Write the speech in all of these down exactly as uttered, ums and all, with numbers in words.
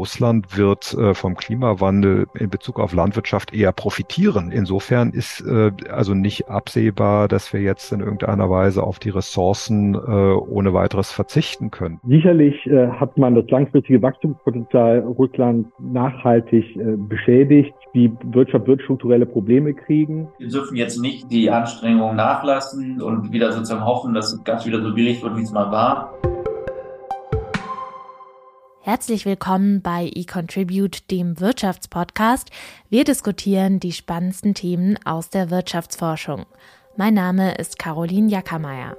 Russland wird äh, vom Klimawandel in Bezug auf Landwirtschaft eher profitieren. Insofern ist äh, also nicht absehbar, dass wir jetzt in irgendeiner Weise auf die Ressourcen äh, ohne weiteres verzichten können. Sicherlich äh, hat man das langfristige Wachstumspotenzial Russlands nachhaltig äh, beschädigt. Die Wirtschaft wird strukturelle Probleme kriegen. Wir dürfen jetzt nicht die Anstrengungen nachlassen und wieder sozusagen hoffen, dass es ganz wieder so billig wird, wie es mal war. Herzlich willkommen bei eContribute, dem Wirtschaftspodcast. Wir diskutieren die spannendsten Themen aus der Wirtschaftsforschung. Mein Name ist Caroline Jackermeier.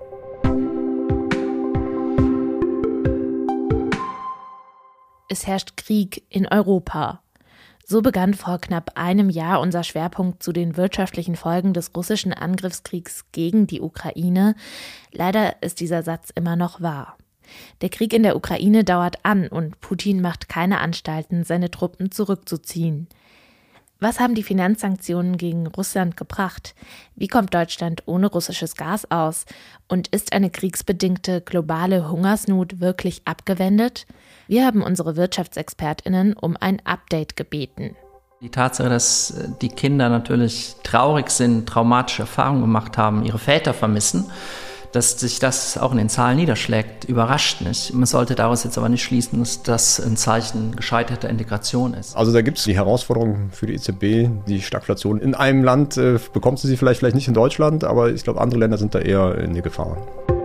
Es herrscht Krieg in Europa. So begann vor knapp einem Jahr unser Schwerpunkt zu den wirtschaftlichen Folgen des russischen Angriffskriegs gegen die Ukraine. Leider ist dieser Satz immer noch wahr. Der Krieg in der Ukraine dauert an und Putin macht keine Anstalten, seine Truppen zurückzuziehen. Was haben die Finanzsanktionen gegen Russland gebracht? Wie kommt Deutschland ohne russisches Gas aus? Und ist eine kriegsbedingte globale Hungersnot wirklich abgewendet? Wir haben unsere WirtschaftsexpertInnen um ein Update gebeten. Die Tatsache, dass die Kinder natürlich traurig sind, traumatische Erfahrungen gemacht haben, ihre Väter vermissen, dass sich das auch in den Zahlen niederschlägt, überrascht nicht. Man sollte daraus jetzt aber nicht schließen, dass das ein Zeichen gescheiterter Integration ist. Also da gibt es die Herausforderung für die E Z B, die Stagflation. In einem Land äh, bekommt sie sie vielleicht, vielleicht nicht in Deutschland, aber ich glaube, andere Länder sind da eher in der Gefahr.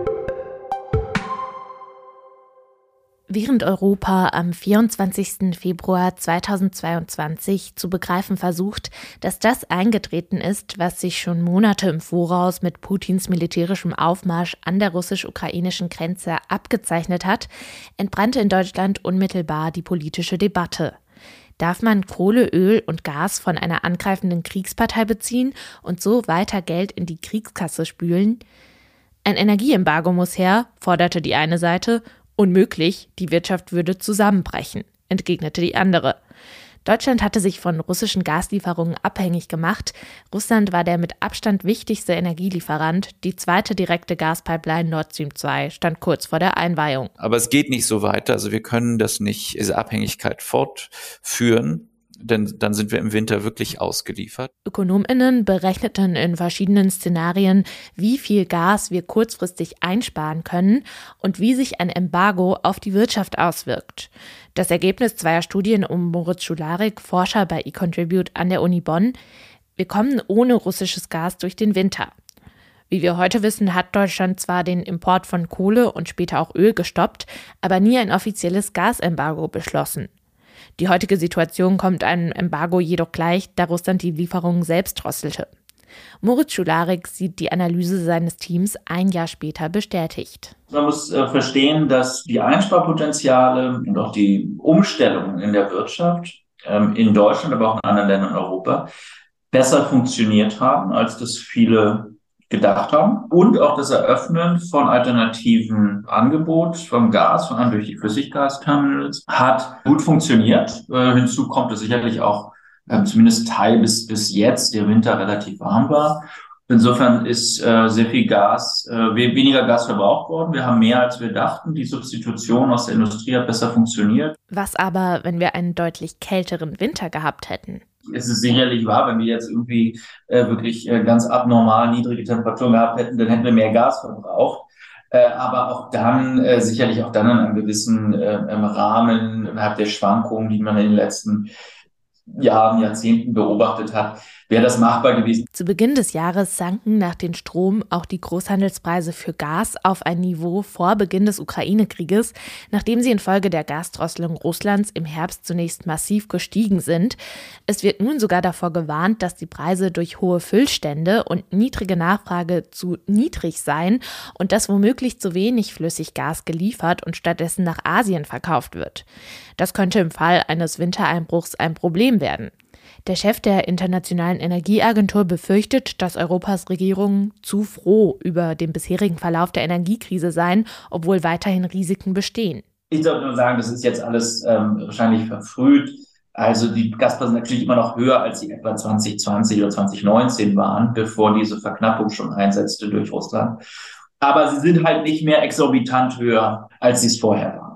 Während Europa am vierundzwanzigsten Februar zweitausendzweiundzwanzig zu begreifen versucht, dass das eingetreten ist, was sich schon Monate im Voraus mit Putins militärischem Aufmarsch an der russisch-ukrainischen Grenze abgezeichnet hat, entbrannte in Deutschland unmittelbar die politische Debatte. Darf man Kohle, Öl und Gas von einer angreifenden Kriegspartei beziehen und so weiter Geld in die Kriegskasse spülen? Ein Energieembargo muss her, forderte die eine Seite. Unmöglich, die Wirtschaft würde zusammenbrechen, entgegnete die andere. Deutschland hatte sich von russischen Gaslieferungen abhängig gemacht. Russland war der mit Abstand wichtigste Energielieferant. Die zweite direkte Gaspipeline Nord Stream zwei stand kurz vor der Einweihung. Aber es geht nicht so weiter. Also wir können das nicht, diese Abhängigkeit fortführen. Denn dann sind wir im Winter wirklich ausgeliefert. ÖkonomInnen berechneten in verschiedenen Szenarien, wie viel Gas wir kurzfristig einsparen können und wie sich ein Embargo auf die Wirtschaft auswirkt. Das Ergebnis zweier Studien um Moritz Schularik, Forscher bei eContribute an der Uni Bonn: Wir kommen ohne russisches Gas durch den Winter. Wie wir heute wissen, hat Deutschland zwar den Import von Kohle und später auch Öl gestoppt, aber nie ein offizielles Gasembargo beschlossen. Die heutige Situation kommt einem Embargo jedoch gleich, da Russland die Lieferungen selbst drosselte. Moritz Schularik sieht die Analyse seines Teams ein Jahr später bestätigt. Man muss äh, verstehen, dass die Einsparpotenziale und auch die Umstellung in der Wirtschaft ähm, in Deutschland, aber auch in anderen Ländern in Europa besser funktioniert haben, als das viele gedacht haben. Und auch das Eröffnen von alternativen Angebots vom Gas, vor allem durch die Flüssiggasterminals, hat gut funktioniert. Äh, hinzu kommt es sicherlich auch äh, zumindest Teil bis, bis jetzt, der Winter relativ warm war. Insofern ist äh, sehr viel Gas, äh, weniger Gas verbraucht worden. Wir haben mehr, als wir dachten. Die Substitution aus der Industrie hat besser funktioniert. Was aber, wenn wir einen deutlich kälteren Winter gehabt hätten? Es ist sicherlich wahr, wenn wir jetzt irgendwie äh, wirklich äh, ganz abnormal niedrige Temperaturen gehabt hätten, dann hätten wir mehr Gas verbraucht. Äh, aber auch dann, äh, sicherlich auch dann in einem gewissen äh, im Rahmen innerhalb der Schwankungen, die man in den letzten Jahren, Jahrzehnten beobachtet hat, wäre das machbar gewesen. Zu Beginn des Jahres sanken nach den Strom auch die Großhandelspreise für Gas auf ein Niveau vor Beginn des Ukraine-Krieges, nachdem sie infolge der Gasdrosselung Russlands im Herbst zunächst massiv gestiegen sind. Es wird nun sogar davor gewarnt, dass die Preise durch hohe Füllstände und niedrige Nachfrage zu niedrig seien und dass womöglich zu wenig Flüssiggas geliefert und stattdessen nach Asien verkauft wird. Das könnte im Fall eines Wintereinbruchs ein Problem werden. Der Chef der Internationalen Energieagentur befürchtet, dass Europas Regierungen zu froh über den bisherigen Verlauf der Energiekrise seien, obwohl weiterhin Risiken bestehen. Ich sollte nur sagen, das ist jetzt alles ähm, wahrscheinlich verfrüht. Also die Gaspreise sind natürlich immer noch höher, als sie etwa zwanzig zwanzig oder zwanzig neunzehn waren, bevor diese Verknappung schon einsetzte durch Russland. Aber sie sind halt nicht mehr exorbitant höher, als sie es vorher waren.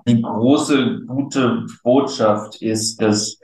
Die große, gute Botschaft ist, dass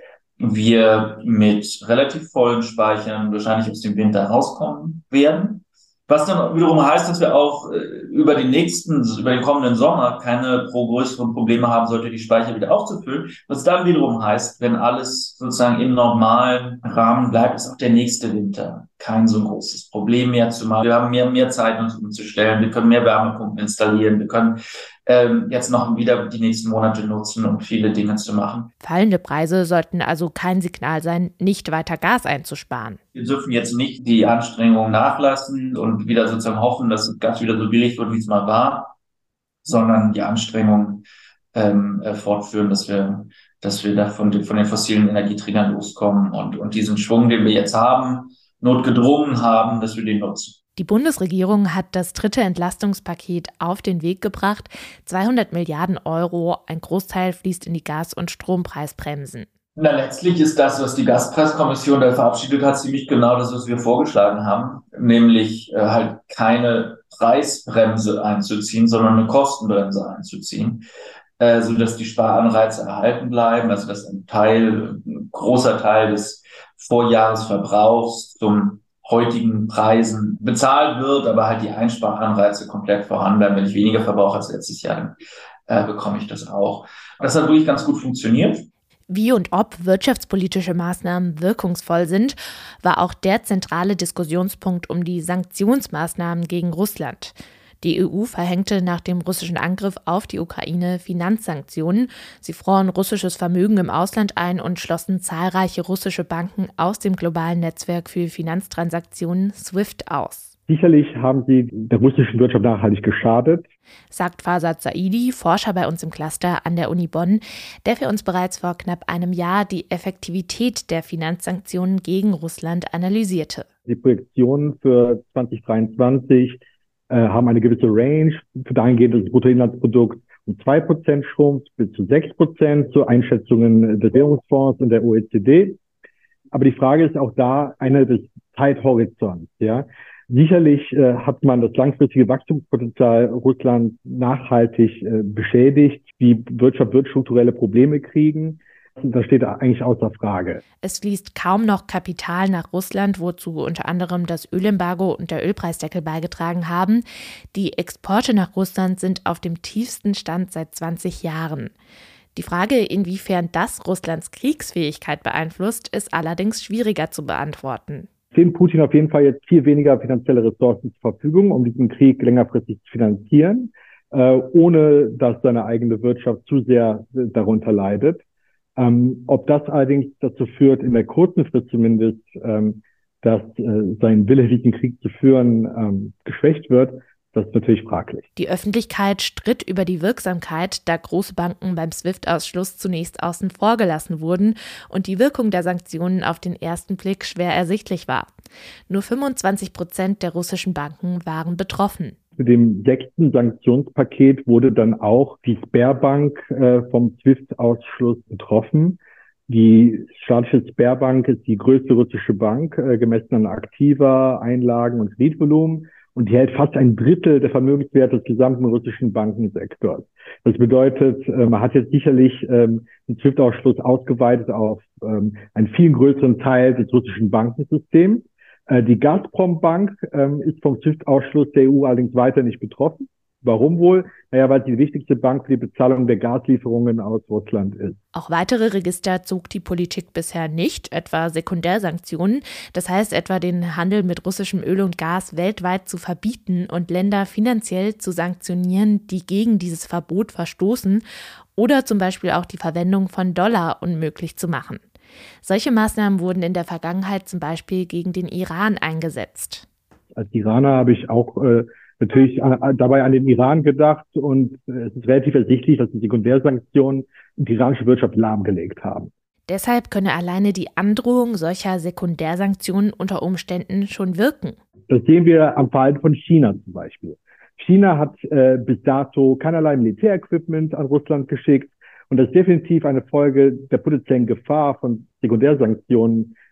wir mit relativ vollen Speichern wahrscheinlich aus dem Winter rauskommen werden. Was dann wiederum heißt, dass wir auch über den nächsten, über den kommenden Sommer keine pro größeren Probleme haben sollte, die Speicher wieder aufzufüllen. Was dann wiederum heißt, wenn alles sozusagen im normalen Rahmen bleibt, ist auch der nächste Winter kein so großes Problem mehr zu machen. Wir haben mehr, mehr Zeit, uns umzustellen. Wir können mehr Wärmepumpen installieren. Wir können ähm, jetzt noch wieder die nächsten Monate nutzen, um viele Dinge zu machen. Fallende Preise sollten also kein Signal sein, nicht weiter Gas einzusparen. Wir dürfen jetzt nicht die Anstrengungen nachlassen und wieder sozusagen hoffen, dass das Gas wieder so billig wird, wie es mal war, sondern die Anstrengungen ähm, fortführen, dass wir, dass wir da von den, von den fossilen Energieträgern loskommen und, und diesen Schwung, den wir jetzt haben, notgedrungen haben, dass wir den nutzen. Die Bundesregierung hat das dritte Entlastungspaket auf den Weg gebracht. zweihundert Milliarden Euro, ein Großteil fließt in die Gas- und Strompreisbremsen. Na, letztlich ist das, was die Gaspreiskommission da verabschiedet hat, ziemlich genau das, was wir vorgeschlagen haben, nämlich äh, halt keine Preisbremse einzuziehen, sondern eine Kostenbremse einzuziehen, äh, sodass die Sparanreize erhalten bleiben, also dass ein Teil, ein großer Teil des Vorjahresverbrauchs zum heutigen Preisen bezahlt wird, aber halt die Einsparanreize komplett vorhanden bleiben. Wenn ich weniger verbrauche als letztes Jahr, dann äh, bekomme ich das auch. Und das hat wirklich ganz gut funktioniert. Wie und ob wirtschaftspolitische Maßnahmen wirkungsvoll sind, war auch der zentrale Diskussionspunkt um die Sanktionsmaßnahmen gegen Russland. Die E U verhängte nach dem russischen Angriff auf die Ukraine Finanzsanktionen. Sie froren russisches Vermögen im Ausland ein und schlossen zahlreiche russische Banken aus dem globalen Netzwerk für Finanztransaktionen SWIFT aus. Sicherlich haben sie der russischen Wirtschaft nachhaltig geschadet, sagt Farzad Saidi, Forscher bei uns im Cluster an der Uni Bonn, der für uns bereits vor knapp einem Jahr die Effektivität der Finanzsanktionen gegen Russland analysierte. Die Projektionen für zwanzig dreiundzwanzig äh, haben eine gewisse Range, für dahingehend, dass das Bruttoinlandsprodukt um zwei Prozent schrumpft bis zu sechs Prozent, zu Einschätzungen des Währungsfonds und der O E C D. Aber die Frage ist auch da eine des Zeithorizonts, ja. Sicherlich äh, hat man das langfristige Wachstumspotenzial Russlands nachhaltig äh, beschädigt. Die Wirtschaft wird strukturelle Probleme kriegen. Das steht eigentlich außer Frage. Es fließt kaum noch Kapital nach Russland, wozu unter anderem das Ölembargo und der Ölpreisdeckel beigetragen haben. Die Exporte nach Russland sind auf dem tiefsten Stand seit zwanzig Jahren. Die Frage, inwiefern das Russlands Kriegsfähigkeit beeinflusst, ist allerdings schwieriger zu beantworten. Stehen Putin auf jeden Fall jetzt viel weniger finanzielle Ressourcen zur Verfügung, um diesen Krieg längerfristig zu finanzieren, äh, ohne dass seine eigene Wirtschaft zu sehr äh, darunter leidet. Ähm, ob das allerdings dazu führt, in der kurzen Frist zumindest, ähm, dass äh, sein Wille, diesen Krieg zu führen, ähm, geschwächt wird, das ist natürlich fraglich. Die Öffentlichkeit stritt über die Wirksamkeit, da große Banken beim SWIFT-Ausschluss zunächst außen vor gelassen wurden und die Wirkung der Sanktionen auf den ersten Blick schwer ersichtlich war. Nur fünfundzwanzig Prozent der russischen Banken waren betroffen. Mit dem sechsten Sanktionspaket wurde dann auch die Sberbank äh, vom SWIFT-Ausschluss betroffen. Die staatliche Sberbank ist die größte russische Bank, äh, gemessen an Aktiva, Einlagen und Kreditvolumen. Und die hält fast ein Drittel der Vermögenswerte des gesamten russischen Bankensektors. Das bedeutet, man hat jetzt sicherlich den SWIFT-Ausschluss ausgeweitet auf einen viel größeren Teil des russischen Bankensystems. Die Gazprom-Bank ist vom SWIFT-Ausschluss der E U allerdings weiter nicht betroffen. Warum wohl? Naja, weil sie die wichtigste Bank für die Bezahlung der Gaslieferungen aus Russland ist. Auch weitere Register zog die Politik bisher nicht, etwa Sekundärsanktionen. Das heißt etwa den Handel mit russischem Öl und Gas weltweit zu verbieten und Länder finanziell zu sanktionieren, die gegen dieses Verbot verstoßen, oder zum Beispiel auch die Verwendung von Dollar unmöglich zu machen. Solche Maßnahmen wurden in der Vergangenheit zum Beispiel gegen den Iran eingesetzt. Als Iraner habe ich auch äh, natürlich an, dabei an den Iran gedacht und es ist relativ ersichtlich, dass die Sekundärsanktionen die iranische Wirtschaft lahmgelegt haben. Deshalb könne alleine die Androhung solcher Sekundärsanktionen unter Umständen schon wirken. Das sehen wir am Verhalten von China zum Beispiel. China hat äh, bis dato keinerlei Militärequipment an Russland geschickt und das ist definitiv eine Folge der potenziellen Gefahr von Sekundärsanktionen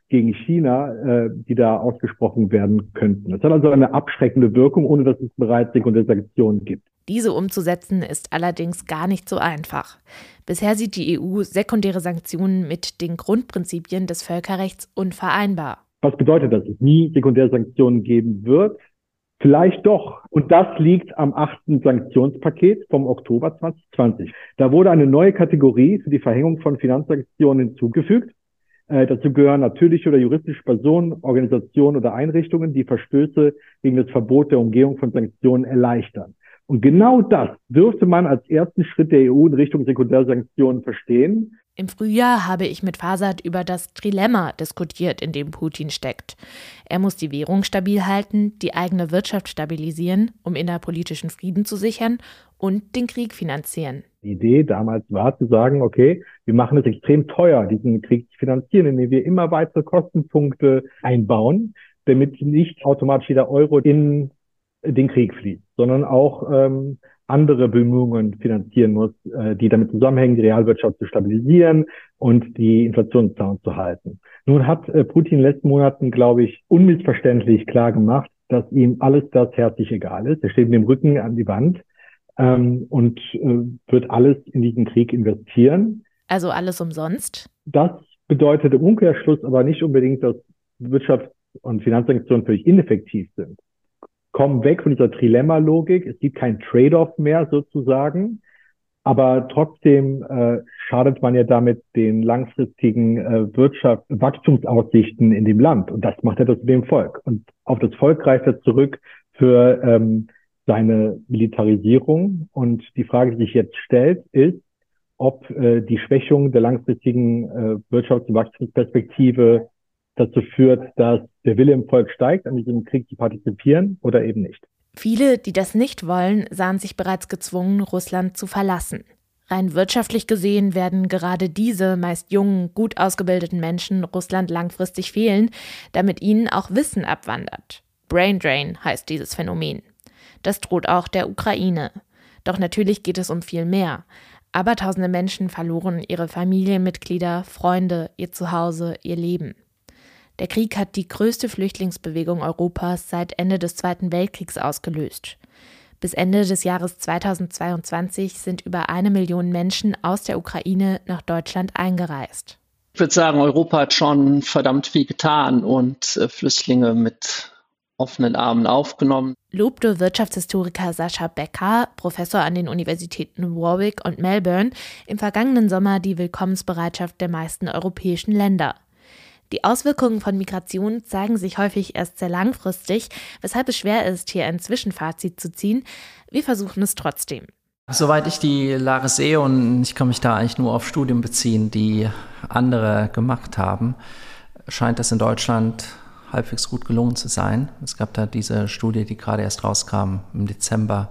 gegen China, äh, die da ausgesprochen werden könnten. Das hat also eine abschreckende Wirkung, ohne dass es bereits sekundäre Sanktionen gibt. Diese umzusetzen ist allerdings gar nicht so einfach. Bisher sieht die E U sekundäre Sanktionen mit den Grundprinzipien des Völkerrechts unvereinbar. Was bedeutet das? Dass es nie sekundäre Sanktionen geben wird? Vielleicht doch. Und das liegt am achten Sanktionspaket vom Oktober zwanzig zwanzig. Da wurde eine neue Kategorie für die Verhängung von Finanzsanktionen hinzugefügt. Äh, dazu gehören natürliche oder juristische Personen, Organisationen oder Einrichtungen, die Verstöße gegen das Verbot der Umgehung von Sanktionen erleichtern. Und genau das dürfte man als ersten Schritt der E U in Richtung Sekundärsanktionen verstehen. Im Frühjahr habe ich mit Farsad über das Trilemma diskutiert, in dem Putin steckt. Er muss die Währung stabil halten, die eigene Wirtschaft stabilisieren, um innerpolitischen Frieden zu sichern und den Krieg finanzieren. Die Idee damals war zu sagen, okay, wir machen es extrem teuer, diesen Krieg zu finanzieren, indem wir immer weitere Kostenpunkte einbauen, damit nicht automatisch jeder Euro in den Krieg fließt, sondern auch ähm, andere Bemühungen finanzieren muss, äh, die damit zusammenhängen, die Realwirtschaft zu stabilisieren und die Inflationszahlen zu halten. Nun hat äh, Putin in den letzten Monaten, glaube ich, unmissverständlich klar gemacht, dass ihm alles das herzlich egal ist. Er steht mit dem Rücken an die Wand ähm, und äh, wird alles in diesen Krieg investieren. Also alles umsonst? Das bedeutet im Umkehrschluss aber nicht unbedingt, dass Wirtschafts- und Finanzsanktionen völlig ineffektiv sind. Kommen weg von dieser Trilemma-Logik. Es gibt kein Trade-off mehr sozusagen, aber trotzdem äh, schadet man ja damit den langfristigen äh, Wirtschafts- Wachstumsaussichten in dem Land. Und das macht er das mit dem Volk. Und auf das Volk greift er zurück für ähm, seine Militarisierung. Und die Frage, die sich jetzt stellt, ist, ob äh, die Schwächung der langfristigen äh, Wirtschafts- und Wachstumsperspektive dazu führt, dass der Wille im Volk steigt, an diesem Krieg zu partizipieren oder eben nicht. Viele, die das nicht wollen, sahen sich bereits gezwungen, Russland zu verlassen. Rein wirtschaftlich gesehen werden gerade diese meist jungen, gut ausgebildeten Menschen Russland langfristig fehlen, damit ihnen auch Wissen abwandert. Braindrain heißt dieses Phänomen. Das droht auch der Ukraine. Doch natürlich geht es um viel mehr. Abertausende Menschen verloren ihre Familienmitglieder, Freunde, ihr Zuhause, ihr Leben. Der Krieg hat die größte Flüchtlingsbewegung Europas seit Ende des Zweiten Weltkriegs ausgelöst. Bis Ende des Jahres zweitausendzweiundzwanzig sind über eine Million Menschen aus der Ukraine nach Deutschland eingereist. Ich würde sagen, Europa hat schon verdammt viel getan und äh, Flüchtlinge mit offenen Armen aufgenommen. Lobte Wirtschaftshistoriker Sascha Becker, Professor an den Universitäten Warwick und Melbourne, im vergangenen Sommer die Willkommensbereitschaft der meisten europäischen Länder. Die Auswirkungen von Migration zeigen sich häufig erst sehr langfristig, weshalb es schwer ist, hier ein Zwischenfazit zu ziehen. Wir versuchen es trotzdem. Soweit ich die Lage sehe, und ich kann mich da eigentlich nur auf Studien beziehen, die andere gemacht haben, scheint das in Deutschland halbwegs gut gelungen zu sein. Es gab da diese Studie, die gerade erst rauskam im Dezember,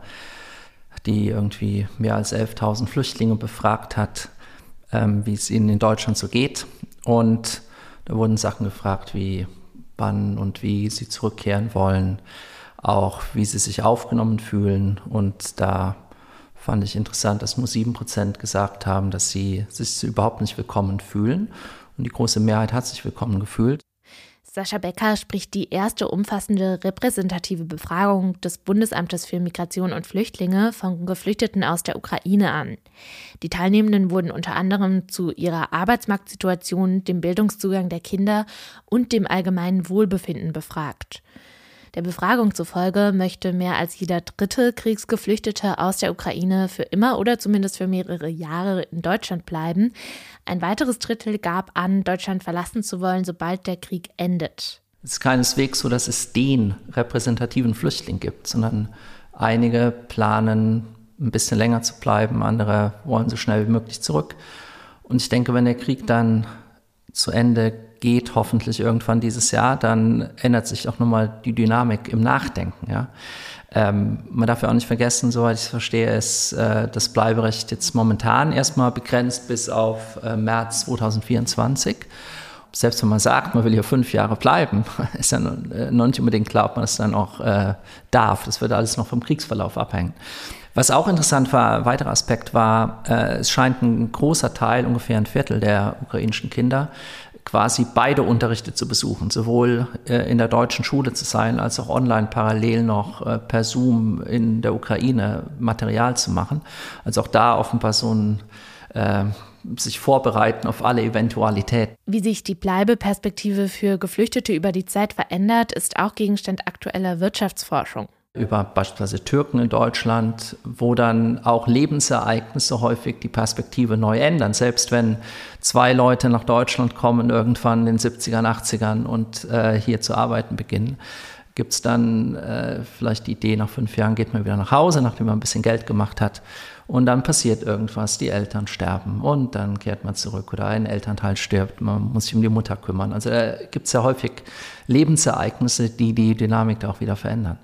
die irgendwie mehr als elftausend Flüchtlinge befragt hat, ähm, wie es ihnen in Deutschland so geht. Und da wurden Sachen gefragt, wie wann und wie sie zurückkehren wollen, auch wie sie sich aufgenommen fühlen. Und da fand ich interessant, dass nur sieben Prozent gesagt haben, dass sie sich überhaupt nicht willkommen fühlen. Und die große Mehrheit hat sich willkommen gefühlt. Sascha Becker spricht die erste umfassende repräsentative Befragung des Bundesamtes für Migration und Flüchtlinge von Geflüchteten aus der Ukraine an. Die Teilnehmenden wurden unter anderem zu ihrer Arbeitsmarktsituation, dem Bildungszugang der Kinder und dem allgemeinen Wohlbefinden befragt. Der Befragung zufolge möchte mehr als jeder dritte Kriegsgeflüchtete aus der Ukraine für immer oder zumindest für mehrere Jahre in Deutschland bleiben. Ein weiteres Drittel gab an, Deutschland verlassen zu wollen, sobald der Krieg endet. Es ist keineswegs so, dass es den repräsentativen Flüchtling gibt, sondern einige planen, ein bisschen länger zu bleiben, andere wollen so schnell wie möglich zurück. Und ich denke, wenn der Krieg dann zu Ende geht, hoffentlich irgendwann dieses Jahr, dann ändert sich auch nochmal die Dynamik im Nachdenken. Ja? Ähm, man darf ja auch nicht vergessen, soweit ich es verstehe, ist äh, das Bleiberecht jetzt momentan erstmal begrenzt bis auf äh, März zweitausendvierundzwanzig. Selbst wenn man sagt, man will hier fünf Jahre bleiben, ist ja noch nicht unbedingt klar, ob man das dann auch äh, darf. Das wird alles noch vom Kriegsverlauf abhängen. Was auch interessant war, ein weiterer Aspekt war, äh, es scheint ein großer Teil, ungefähr ein Viertel der ukrainischen Kinder, quasi beide Unterrichte zu besuchen, sowohl äh, in der deutschen Schule zu sein, als auch online parallel noch äh, per Zoom in der Ukraine Material zu machen. Also auch da offenbar so ein äh, sich vorbereiten auf alle Eventualitäten. Wie sich die Bleibeperspektive für Geflüchtete über die Zeit verändert, ist auch Gegenstand aktueller Wirtschaftsforschung. Über beispielsweise Türken in Deutschland, wo dann auch Lebensereignisse häufig die Perspektive neu ändern. Selbst wenn zwei Leute nach Deutschland kommen, irgendwann in den siebzigern, achtzigern und äh, hier zu arbeiten beginnen, gibt es dann äh, vielleicht die Idee, nach fünf Jahren geht man wieder nach Hause, nachdem man ein bisschen Geld gemacht hat. Und dann passiert irgendwas, die Eltern sterben und dann kehrt man zurück oder ein Elternteil stirbt, man muss sich um die Mutter kümmern. Also da gibt es ja häufig Lebensereignisse, die die Dynamik da auch wieder verändern.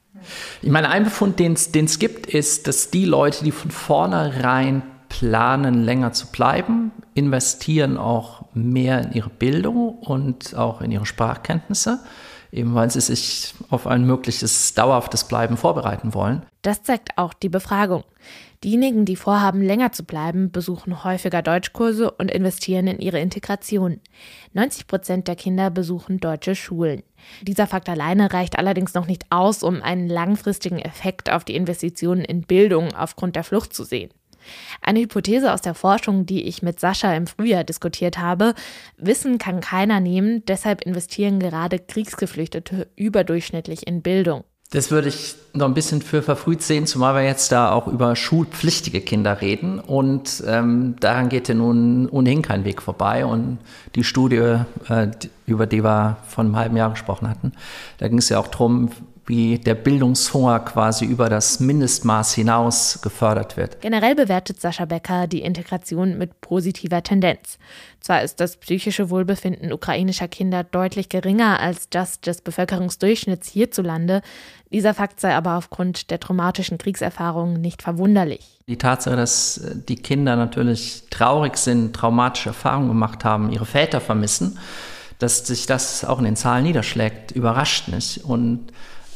Ich meine, ein Befund, den es gibt, ist, dass die Leute, die von vornherein planen, länger zu bleiben, investieren auch mehr in ihre Bildung und auch in ihre Sprachkenntnisse, eben weil sie sich auf ein mögliches dauerhaftes Bleiben vorbereiten wollen. Das zeigt auch die Befragung. Diejenigen, die vorhaben, länger zu bleiben, besuchen häufiger Deutschkurse und investieren in ihre Integration. neunzig Prozent der Kinder besuchen deutsche Schulen. Dieser Fakt alleine reicht allerdings noch nicht aus, um einen langfristigen Effekt auf die Investitionen in Bildung aufgrund der Flucht zu sehen. Eine Hypothese aus der Forschung, die ich mit Sascha im Frühjahr diskutiert habe: Wissen kann keiner nehmen, deshalb investieren gerade Kriegsgeflüchtete überdurchschnittlich in Bildung. Das würde ich noch ein bisschen für verfrüht sehen, zumal wir jetzt da auch über schulpflichtige Kinder reden. Und ähm, daran geht ja nun ohnehin kein Weg vorbei. Und die Studie, äh, über die wir vor einem halben Jahr gesprochen hatten, da ging es ja auch darum, wie der Bildungshunger quasi über das Mindestmaß hinaus gefördert wird. Generell bewertet Sascha Becker die Integration mit positiver Tendenz. Zwar ist das psychische Wohlbefinden ukrainischer Kinder deutlich geringer als das des Bevölkerungsdurchschnitts hierzulande. Dieser Fakt sei aber aufgrund der traumatischen Kriegserfahrungen nicht verwunderlich. Die Tatsache, dass die Kinder natürlich traurig sind, traumatische Erfahrungen gemacht haben, ihre Väter vermissen, dass sich das auch in den Zahlen niederschlägt, überrascht nicht. Und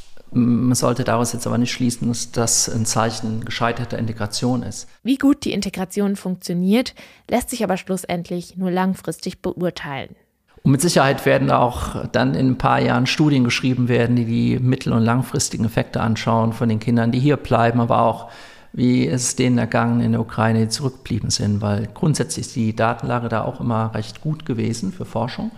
man sollte daraus jetzt aber nicht schließen, dass das ein Zeichen gescheiterter Integration ist. Wie gut die Integration funktioniert, lässt sich aber schlussendlich nur langfristig beurteilen. Und mit Sicherheit werden auch dann in ein paar Jahren Studien geschrieben werden, die die mittel- und langfristigen Effekte anschauen von den Kindern, die hier bleiben, aber auch, wie es denen ergangen in der Ukraine, die zurückgeblieben sind. Weil grundsätzlich ist die Datenlage da auch immer recht gut gewesen für Forschung.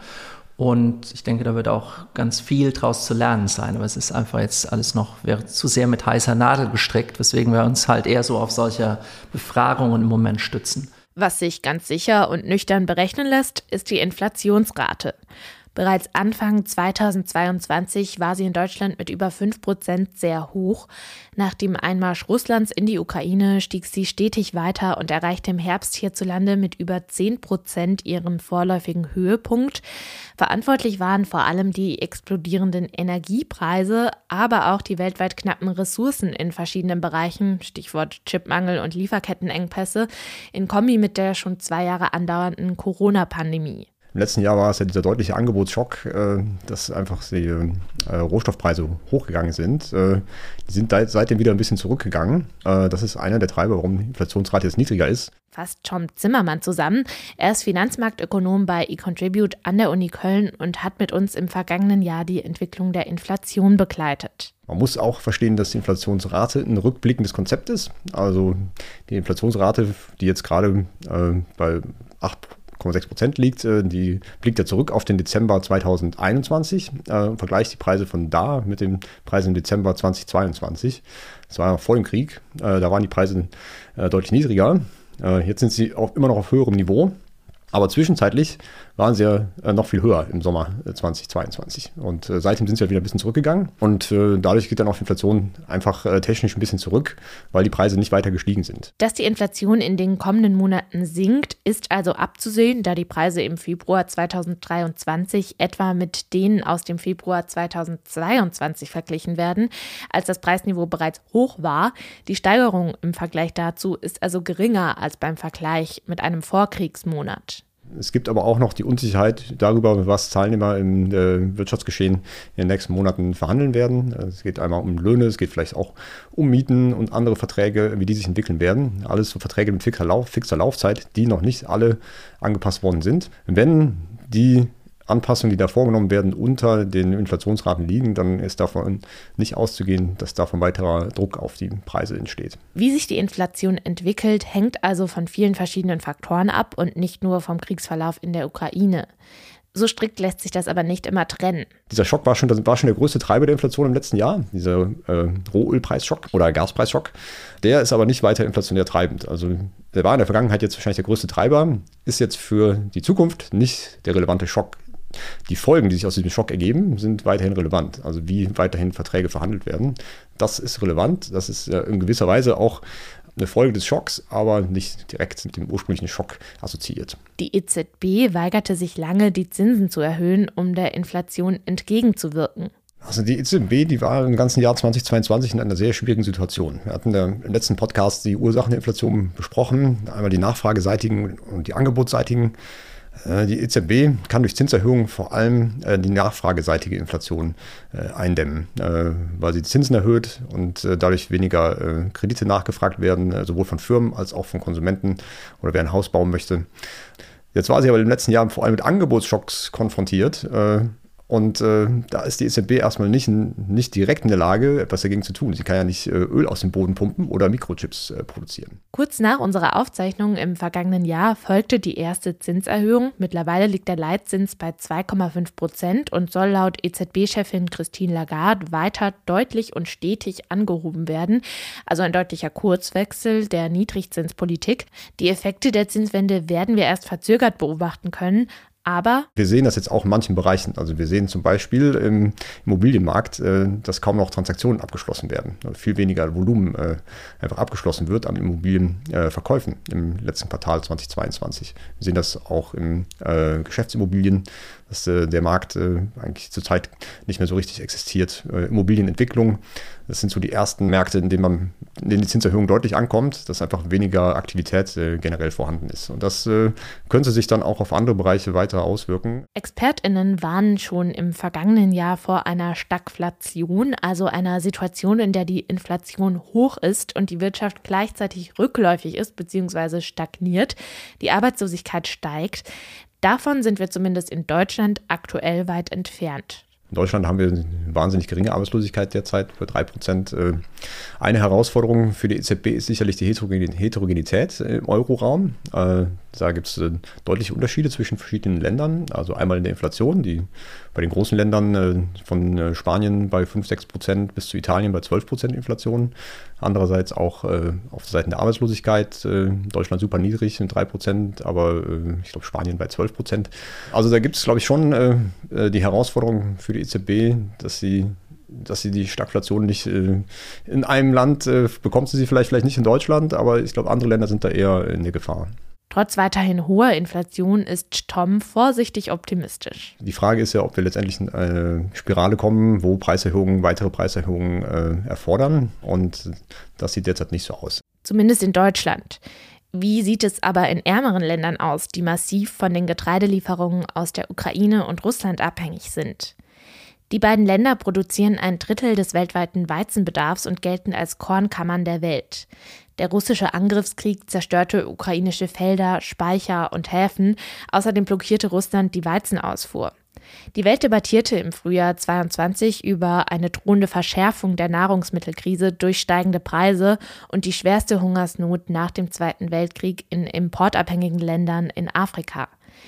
Und ich denke, da wird auch ganz viel draus zu lernen sein. Aber es ist einfach jetzt alles noch, wäre zu sehr mit heißer Nadel gestrickt, weswegen wir uns halt eher so auf solche Befragungen im Moment stützen. Was sich ganz sicher und nüchtern berechnen lässt, ist die Inflationsrate. Bereits Anfang zweitausendzweiundzwanzig war sie in Deutschland mit über fünf Prozent sehr hoch. Nach dem Einmarsch Russlands in die Ukraine stieg sie stetig weiter und erreichte im Herbst hierzulande mit über zehn Prozent ihren vorläufigen Höhepunkt. Verantwortlich waren vor allem die explodierenden Energiepreise, aber auch die weltweit knappen Ressourcen in verschiedenen Bereichen, Stichwort Chipmangel und Lieferkettenengpässe, in Kombi mit der schon zwei Jahre andauernden Corona-Pandemie. Im letzten Jahr war es ja dieser deutliche Angebotsschock, äh, dass einfach die äh, Rohstoffpreise hochgegangen sind. Äh, die sind da, seitdem wieder ein bisschen zurückgegangen. Äh, das ist einer der Treiber, warum die Inflationsrate jetzt niedriger ist. Fasst Tom Zimmermann zusammen. Er ist Finanzmarktökonom bei eContribute an der Uni Köln und hat mit uns im vergangenen Jahr die Entwicklung der Inflation begleitet. Man muss auch verstehen, dass die Inflationsrate ein rückblickendes Konzept ist. Also die Inflationsrate, die jetzt gerade äh, bei acht Komma sechs Prozent liegt, die blickt ja zurück auf den Dezember zweitausendeinundzwanzig äh, und vergleicht die Preise von da mit den Preisen im Dezember zweitausendzweiundzwanzig. Das war vor dem Krieg, äh, da waren die Preise äh, deutlich niedriger. Äh, jetzt sind sie auch immer noch auf höherem Niveau, aber zwischenzeitlich waren sie ja äh, noch viel höher im Sommer zweitausendzweiundzwanzig. Und äh, seitdem sind sie ja wieder ein bisschen zurückgegangen und äh, dadurch geht dann auch die Inflation einfach äh, technisch ein bisschen zurück, weil die Preise nicht weiter gestiegen sind. Dass die Inflation in den kommenden Monaten sinkt, ist also abzusehen, da die Preise im Februar zweitausenddreiundzwanzig etwa mit denen aus dem Februar zweitausendzweiundzwanzig verglichen werden, als das Preisniveau bereits hoch war. Die Steigerung im Vergleich dazu ist also geringer als beim Vergleich mit einem Vorkriegsmonat. Es gibt aber auch noch die Unsicherheit darüber, was Teilnehmer im äh, Wirtschaftsgeschehen in den nächsten Monaten verhandeln werden. Es geht einmal um Löhne, es geht vielleicht auch um Mieten und andere Verträge, wie die sich entwickeln werden. Alles so Verträge mit fixer, Lauf, fixer Laufzeit, die noch nicht alle angepasst worden sind. Wenn die Anpassungen, die da vorgenommen werden, unter den Inflationsraten liegen, dann ist davon nicht auszugehen, dass davon weiterer Druck auf die Preise entsteht. Wie sich die Inflation entwickelt, hängt also von vielen verschiedenen Faktoren ab und nicht nur vom Kriegsverlauf in der Ukraine. So strikt lässt sich das aber nicht immer trennen. Dieser Schock war schon, das war schon der größte Treiber der Inflation im letzten Jahr, dieser äh, Rohölpreisschock oder Gaspreisschock. Der ist aber nicht weiter inflationär treibend. Also der war in der Vergangenheit jetzt wahrscheinlich der größte Treiber, ist jetzt für die Zukunft nicht der relevante Schock. Die Folgen, die sich aus diesem Schock ergeben, sind weiterhin relevant. Also wie weiterhin Verträge verhandelt werden, das ist relevant. Das ist in gewisser Weise auch eine Folge des Schocks, aber nicht direkt mit dem ursprünglichen Schock assoziiert. Die E Z B weigerte sich lange, die Zinsen zu erhöhen, um der Inflation entgegenzuwirken. Also die E Z B, die war im ganzen Jahr zweitausendzweiundzwanzig in einer sehr schwierigen Situation. Wir hatten im letzten Podcast die Ursachen der Inflation besprochen, einmal die nachfrageseitigen und die angebotsseitigen. Die E Z B kann durch Zinserhöhungen vor allem die nachfrageseitige Inflation eindämmen, weil sie die Zinsen erhöht und dadurch weniger Kredite nachgefragt werden, sowohl von Firmen als auch von Konsumenten oder wer ein Haus bauen möchte. Jetzt war sie aber im letzten Jahr vor allem mit Angebotsschocks konfrontiert. Und äh, da ist die E Z B erstmal nicht, nicht direkt in der Lage, etwas dagegen zu tun. Sie kann ja nicht äh, Öl aus dem Boden pumpen oder Mikrochips äh, produzieren. Kurz nach unserer Aufzeichnung im vergangenen Jahr folgte die erste Zinserhöhung. Mittlerweile liegt der Leitzins bei zwei Komma fünf Prozent und soll laut E Z B-Chefin Christine Lagarde weiter deutlich und stetig angehoben werden. Also ein deutlicher Kurswechsel der Niedrigzinspolitik. Die Effekte der Zinswende werden wir erst verzögert beobachten können. Aber wir sehen das jetzt auch in manchen Bereichen. Also wir sehen zum Beispiel im Immobilienmarkt, dass kaum noch Transaktionen abgeschlossen werden. Viel weniger Volumen einfach abgeschlossen wird an Immobilienverkäufen im letzten Quartal zweitausendzweiundzwanzig. Wir sehen das auch in Geschäftsimmobilien, dass der Markt eigentlich zurzeit nicht mehr so richtig existiert. Immobilienentwicklung, das sind so die ersten Märkte, in denen man, in denen die Zinserhöhung deutlich ankommt, dass einfach weniger Aktivität generell vorhanden ist. Und das könnte sich dann auch auf andere Bereiche weiter auswirken. ExpertInnen warnen schon im vergangenen Jahr vor einer Stagflation, also einer Situation, in der die Inflation hoch ist und die Wirtschaft gleichzeitig rückläufig ist bzw. stagniert. Die Arbeitslosigkeit steigt. Davon sind wir zumindest in Deutschland aktuell weit entfernt. In Deutschland haben wir eine wahnsinnig geringe Arbeitslosigkeit derzeit, bei drei Prozent. Eine Herausforderung für die E Z B ist sicherlich die Heterogenität im Euroraum. Da gibt es deutliche Unterschiede zwischen verschiedenen Ländern. Also einmal in der Inflation, die bei den großen Ländern von Spanien bei fünf, sechs Prozent bis zu Italien bei zwölf Prozent Inflation. Andererseits auch auf der Seite der Arbeitslosigkeit, Deutschland super niedrig mit drei Prozent, aber ich glaube Spanien bei zwölf Prozent. Also da gibt es, glaube ich, schon die Herausforderung für die E Z B, dass sie dass sie die Stagflation nicht äh, in einem Land äh, bekommt sie sie vielleicht, vielleicht nicht in Deutschland, aber ich glaube, andere Länder sind da eher in der Gefahr. Trotz weiterhin hoher Inflation ist Tom vorsichtig optimistisch. Die Frage ist ja, ob wir letztendlich in eine Spirale kommen, wo Preiserhöhungen, weitere Preiserhöhungen äh, erfordern, und das sieht derzeit nicht so aus. Zumindest in Deutschland. Wie sieht es aber in ärmeren Ländern aus, die massiv von den Getreidelieferungen aus der Ukraine und Russland abhängig sind? Die beiden Länder produzieren ein Drittel des weltweiten Weizenbedarfs und gelten als Kornkammern der Welt. Der russische Angriffskrieg zerstörte ukrainische Felder, Speicher und Häfen. Außerdem blockierte Russland die Weizenausfuhr. Die Welt debattierte im Frühjahr zweiundzwanzig über eine drohende Verschärfung der Nahrungsmittelkrise durch steigende Preise und die schwerste Hungersnot nach dem Zweiten Weltkrieg in importabhängigen Ländern in Afrika.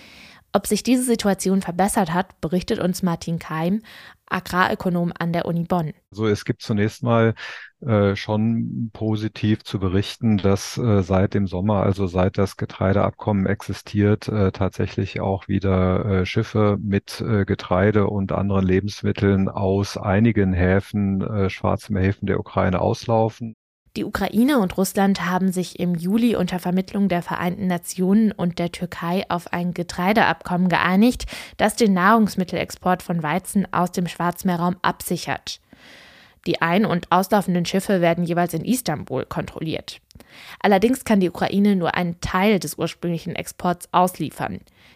Ob sich diese Situation verbessert hat, berichtet uns Martin Keim, Agrarökonom an der Uni Bonn. Also es gibt zunächst mal äh, schon positiv zu berichten, dass äh, seit dem Sommer, also seit das Getreideabkommen existiert, äh, tatsächlich auch wieder äh, Schiffe mit äh, Getreide und anderen Lebensmitteln aus einigen Häfen, äh, schwarzen Häfen der Ukraine auslaufen. Die Ukraine und Russland haben sich im Juli unter Vermittlung der Vereinten Nationen und der Türkei auf ein Getreideabkommen geeinigt, das den Nahrungsmittelexport von Weizen aus dem Schwarzmeerraum absichert. Die ein- und auslaufenden Schiffe werden jeweils in Istanbul kontrolliert. Allerdings kann die Ukraine nur einen Teil des ursprünglichen Exports ausliefern.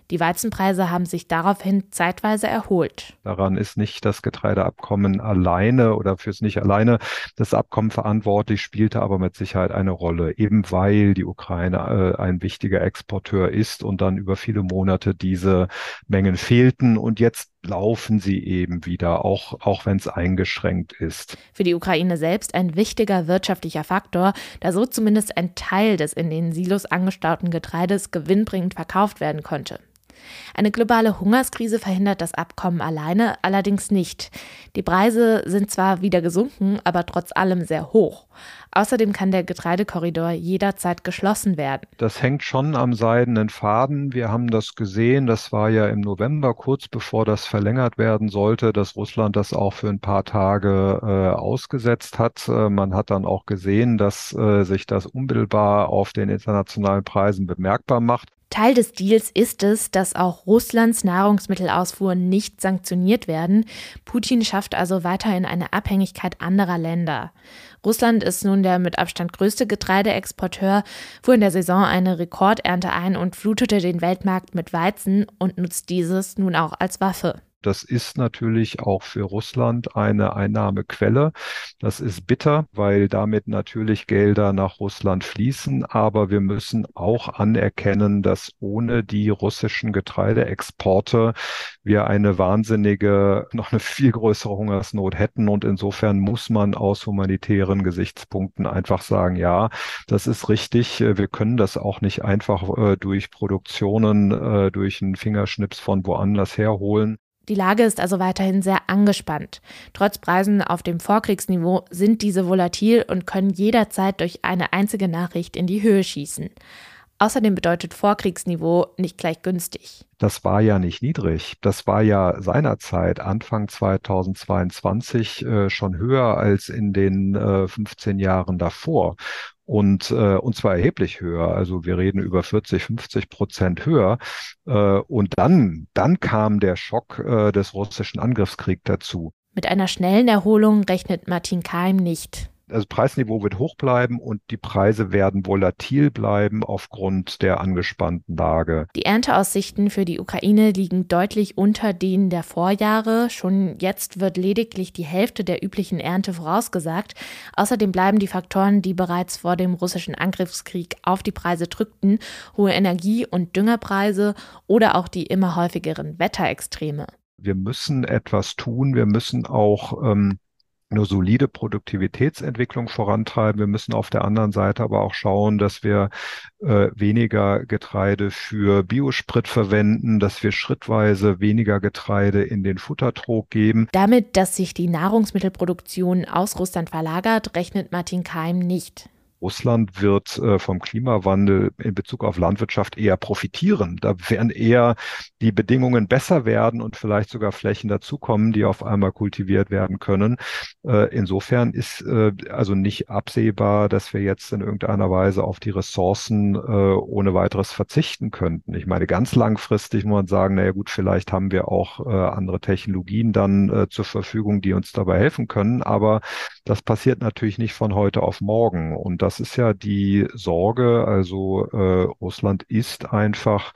Die Weizenpreise haben sich daraufhin zeitweise erholt. Daran ist nicht das Getreideabkommen alleine oder fürs nicht alleine das Abkommen verantwortlich, spielte aber mit Sicherheit eine Rolle, eben weil die Ukraine äh, ein wichtiger Exporteur ist und dann über viele Monate diese Mengen fehlten und jetzt laufen sie eben wieder, auch, auch wenn es eingeschränkt ist. Für die Ukraine selbst ein wichtiger wirtschaftlicher Faktor, da so zumindest ein Teil des in den Silos angestauten Getreides gewinnbringend verkauft werden konnte. Eine globale Hungerskrise verhindert das Abkommen alleine allerdings nicht. Die Preise sind zwar wieder gesunken, aber trotz allem sehr hoch. Außerdem kann der Getreidekorridor jederzeit geschlossen werden. Das hängt schon am seidenen Faden. Wir haben das gesehen, das war ja im November, kurz bevor das verlängert werden sollte, dass Russland das auch für ein paar Tage äh, ausgesetzt hat. Äh, man hat dann auch gesehen, dass äh, sich das unmittelbar auf den internationalen Preisen bemerkbar macht. Teil des Deals ist es, dass auch Russlands Nahrungsmittelausfuhren nicht sanktioniert werden. Putin schafft also weiterhin eine Abhängigkeit anderer Länder. Russland ist nun der mit Abstand größte Getreideexporteur, fuhr in der Saison eine Rekordernte ein und flutete den Weltmarkt mit Weizen und nutzt dieses nun auch als Waffe. Das ist natürlich auch für Russland eine Einnahmequelle. Das ist bitter, weil damit natürlich Gelder nach Russland fließen. Aber wir müssen auch anerkennen, dass ohne die russischen Getreideexporte wir eine wahnsinnige, noch eine viel größere Hungersnot hätten. Und insofern muss man aus humanitären Gesichtspunkten einfach sagen, ja, das ist richtig. Wir können das auch nicht einfach äh, durch Produktionen, äh, durch einen Fingerschnips von woanders herholen. Die Lage ist also weiterhin sehr angespannt. Trotz Preisen auf dem Vorkriegsniveau sind diese volatil und können jederzeit durch eine einzige Nachricht in die Höhe schießen. Außerdem bedeutet Vorkriegsniveau nicht gleich günstig. Das war ja nicht niedrig. Das war ja seinerzeit Anfang zweitausendzweiundzwanzig äh, schon höher als in den äh, fünfzehn Jahren davor. Und, äh, und zwar erheblich höher. Also wir reden über vierzig, fünfzig Prozent höher. Äh, und dann, dann kam der Schock äh, des russischen Angriffskriegs dazu. Mit einer schnellen Erholung rechnet Martin Keim nicht. Also Preisniveau wird hoch bleiben und die Preise werden volatil bleiben aufgrund der angespannten Lage. Die Ernteaussichten für die Ukraine liegen deutlich unter denen der Vorjahre. Schon jetzt wird lediglich die Hälfte der üblichen Ernte vorausgesagt. Außerdem bleiben die Faktoren, die bereits vor dem russischen Angriffskrieg auf die Preise drückten, hohe Energie- und Düngerpreise oder auch die immer häufigeren Wetterextreme. Wir müssen etwas tun. Wir müssen auch ähm, eine solide Produktivitätsentwicklung vorantreiben. Wir müssen auf der anderen Seite aber auch schauen, dass wir äh, weniger Getreide für Biosprit verwenden, dass wir schrittweise weniger Getreide in den Futtertrog geben. Damit, dass sich die Nahrungsmittelproduktion aus Russland verlagert, rechnet Martin Keim nicht. Russland wird äh, vom Klimawandel in Bezug auf Landwirtschaft eher profitieren. Da werden eher die Bedingungen besser werden und vielleicht sogar Flächen dazukommen, die auf einmal kultiviert werden können. Äh, insofern ist äh, also nicht absehbar, dass wir jetzt in irgendeiner Weise auf die Ressourcen äh, ohne weiteres verzichten könnten. Ich meine, ganz langfristig muss man sagen, naja gut, vielleicht haben wir auch äh, andere Technologien dann äh, zur Verfügung, die uns dabei helfen können. Aber das passiert natürlich nicht von heute auf morgen. Und das ist ja die Sorge. Also äh, Russland ist einfach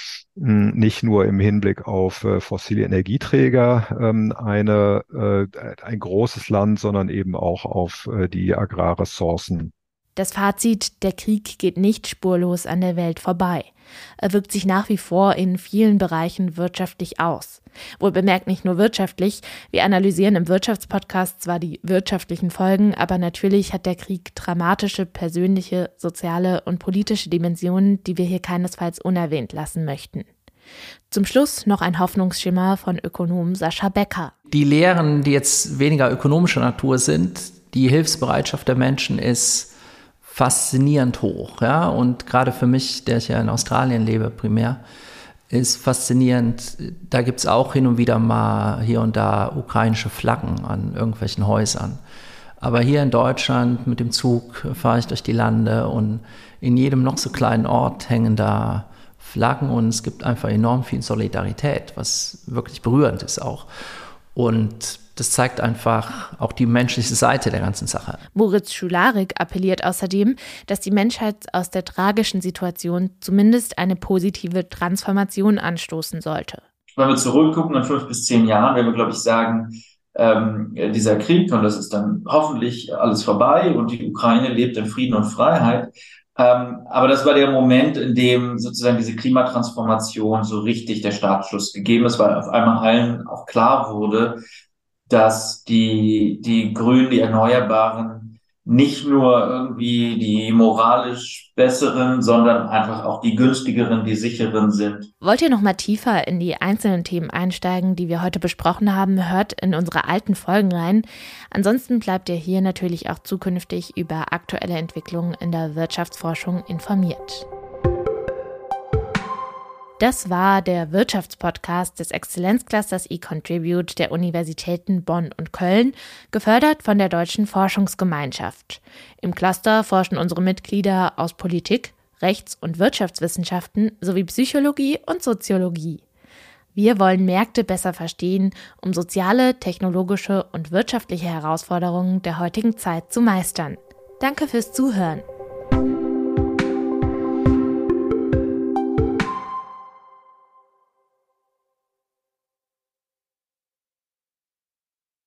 mh, nicht nur im Hinblick auf äh, fossile Energieträger ähm, eine, äh, ein großes Land, sondern eben auch auf äh, die Agrarressourcen. Das Fazit: Der Krieg geht nicht spurlos an der Welt vorbei. Er wirkt sich nach wie vor in vielen Bereichen wirtschaftlich aus. Wohl bemerkt nicht nur wirtschaftlich. Wir analysieren im Wirtschaftspodcast zwar die wirtschaftlichen Folgen, aber natürlich hat der Krieg dramatische persönliche, soziale und politische Dimensionen, die wir hier keinesfalls unerwähnt lassen möchten. Zum Schluss noch ein Hoffnungsschimmer von Ökonom Sascha Becker. Die Lehren, die jetzt weniger ökonomischer Natur sind, die Hilfsbereitschaft der Menschen ist faszinierend hoch, ja, und gerade für mich, der ich ja in Australien lebe primär, ist faszinierend, da gibt es auch hin und wieder mal hier und da ukrainische Flaggen an irgendwelchen Häusern. Aber hier in Deutschland mit dem Zug fahre ich durch die Lande und in jedem noch so kleinen Ort hängen da Flaggen und es gibt einfach enorm viel Solidarität, was wirklich berührend ist auch. Und das zeigt einfach auch die menschliche Seite der ganzen Sache. Moritz Schularik appelliert außerdem, dass die Menschheit aus der tragischen Situation zumindest eine positive Transformation anstoßen sollte. Wenn wir zurückgucken in fünf bis zehn Jahren, werden wir, glaube ich, sagen, ähm, dieser Krieg, und das ist dann hoffentlich alles vorbei und die Ukraine lebt in Frieden und Freiheit. Ähm, aber das war der Moment, in dem sozusagen diese Klimatransformation so richtig der Startschuss gegeben ist, weil auf einmal allen auch klar wurde, dass die, die Grünen, die Erneuerbaren, nicht nur irgendwie die moralisch besseren, sondern einfach auch die günstigeren, die sicheren sind. Wollt ihr noch mal tiefer in die einzelnen Themen einsteigen, die wir heute besprochen haben, hört in unsere alten Folgen rein. Ansonsten bleibt ihr hier natürlich auch zukünftig über aktuelle Entwicklungen in der Wirtschaftsforschung informiert. Das war der Wirtschaftspodcast des Exzellenzclusters eContribute der Universitäten Bonn und Köln, gefördert von der Deutschen Forschungsgemeinschaft. Im Cluster forschen unsere Mitglieder aus Politik, Rechts- und Wirtschaftswissenschaften sowie Psychologie und Soziologie. Wir wollen Märkte besser verstehen, um soziale, technologische und wirtschaftliche Herausforderungen der heutigen Zeit zu meistern. Danke fürs Zuhören.